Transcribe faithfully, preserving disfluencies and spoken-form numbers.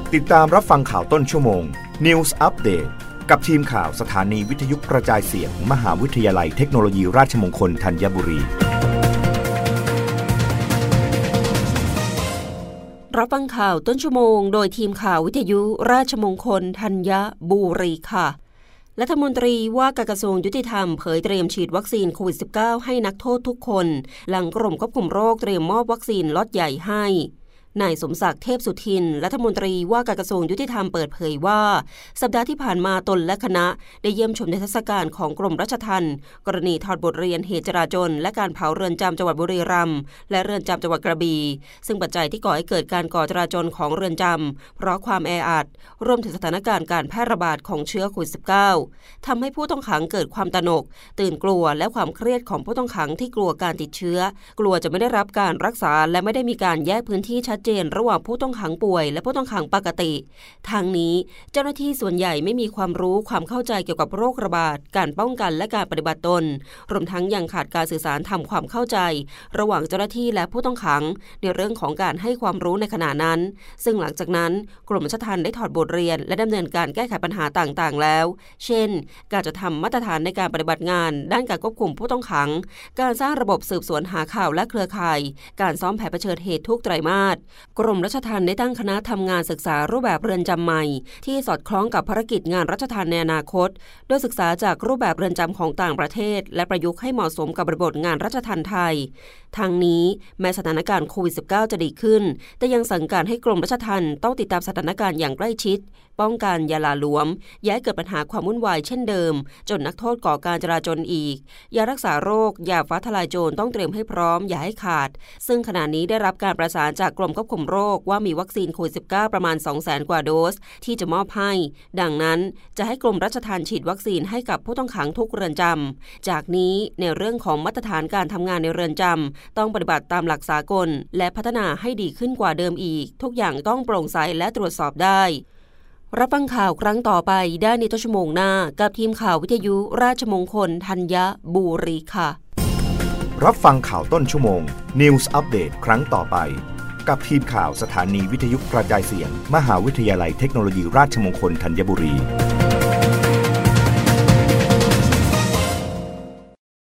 ติดตามรับฟังข่าวต้นชั่วโมง News Update กับทีมข่าวสถานีวิทยุกระจายเสียง มหาวิทยาลัยเทคโนโลยีราชมงคลธัญบุรีรับฟังข่าวต้นชั่วโมงโดยทีมข่าววิทยุราชมงคลธัญบุรีค่ะรัฐมนตรีว่าการกระทรวงยุติธรรมเผยเตรียมฉีดวัคซีนโควิด สิบเก้า ให้นักโทษทุกคนหลังกรมควบคุมโรคเตรียมมอบวัคซีนล็อตใหญ่ให้นายสมศักดิ์เทพสุทินรัฐมนตรีว่าการกระทรวงยุติธรรมเปิดเผยว่าสัปดาห์ที่ผ่านมาตนและคณะได้เยี่ยมชมนิทรรศการของกรมราชทัณฑ์กรณีถอดบทเรียนเหตุจราจรและการเผาเรือนจำจังหวัดบุรีรัมย์และเรือนจำจังหวัดกระบี่ซึ่งปัจจัยที่ก่อให้เกิดการก่อจราจรของเรือนจำเพราะความแออัดรวมถึงสถานการณ์การแพร่ระบาดของเชื้อโควิด สิบเก้า ทำให้ผู้ต้องขังเกิดความตระหนกตื่นกลัวและความเครียดของผู้ต้องขังที่กลัวการติดเชื้อกลัวจะไม่ได้รับการรักษาและไม่ได้มีการแยกพื้นที่ชัดเจนระหว่างผู้ต้องขังป่วยและผู้ต้องขังปกติทางนี้เจ้าหน้าที่ส่วนใหญ่ไม่มีความรู้ความเข้าใจเกี่ยวกับโรคระบาดการป้องกันและการปฏิบัติตนรวมทั้งยังขาดการสื่อสารทำความเข้าใจระหว่างเจ้าหน้าที่และผู้ต้องขังในเรื่องของการให้ความรู้ในขณะนั้นซึ่งหลังจากนั้นกรมราชทัณฑ์ได้ถอดบทเรียนและดำเนินการแก้ไขปัญหาต่างๆแล้วเช่นการจะทำมาตรฐานในการปฏิบัติงานด้านการควบคุมผู้ต้องขังการสร้างระบบสืบสวนหาข่าวและเครือข่ายการซ้อมแผนเผชิญเหตุทุกไตรมาสกรมราชทัณฑ์ได้ตั้งคณะทำงานศึกษารูปแบบเรือนจำใหม่ที่สอดคล้องกับภารกิจงานราชทัณฑ์ในอนาคตโดยศึกษาจากรูปแบบเรือนจำของต่างประเทศและประยุกต์ให้เหมาะสมกับบริบทงานราชทัณฑ์ไทยทางนี้แม้สถานการณ์โควิด สิบเก้า จะดีขึ้นแต่ยังสั่งการให้กรมราชทัณฑ์ต้องติดตามสถานการณ์อย่างใกล้ชิดป้องกันอย่าหละหลวมอย่าให้เกิดปัญหาความวุ่นวายเช่นเดิมจนนักโทษก่อการจราจรอีกยารักษาโรคยาฟ้าทลายโจรต้องเตรียมให้พร้อมอย่าให้ขาดซึ่งขณะนี้ได้รับการประสานจากกรมควบคุมโรคว่ามีวัคซีนโควิด สิบเก้า ประมาณ สองแสน กว่าโดสที่จะมอบให้ดังนั้นจะให้กรมราชทัณฑ์ฉีดวัคซีนให้กับผู้ต้องขังทุกเรือนจำจากนี้ในเรื่องของมาตรฐานการทำงานในเรือนจำต้องปฏิบัติตามหลักสากลและพัฒนาให้ดีขึ้นกว่าเดิมอีกทุกอย่างต้องโปร่งใสและตรวจสอบได้รับฟังข่าวครั้งต่อไปได้ในต้นชั่วโมงหน้ากับทีมข่าววิทยุราชมงคลธัญบุรีค่ะรับฟังข่าวต้นชั่วโมง News Update ครั้งต่อไปกับทีมข่าวสถานีวิทยุกระจายเสียง มหาวิทยาลัยเทคโนโลยีราชมงคลธัญบุรี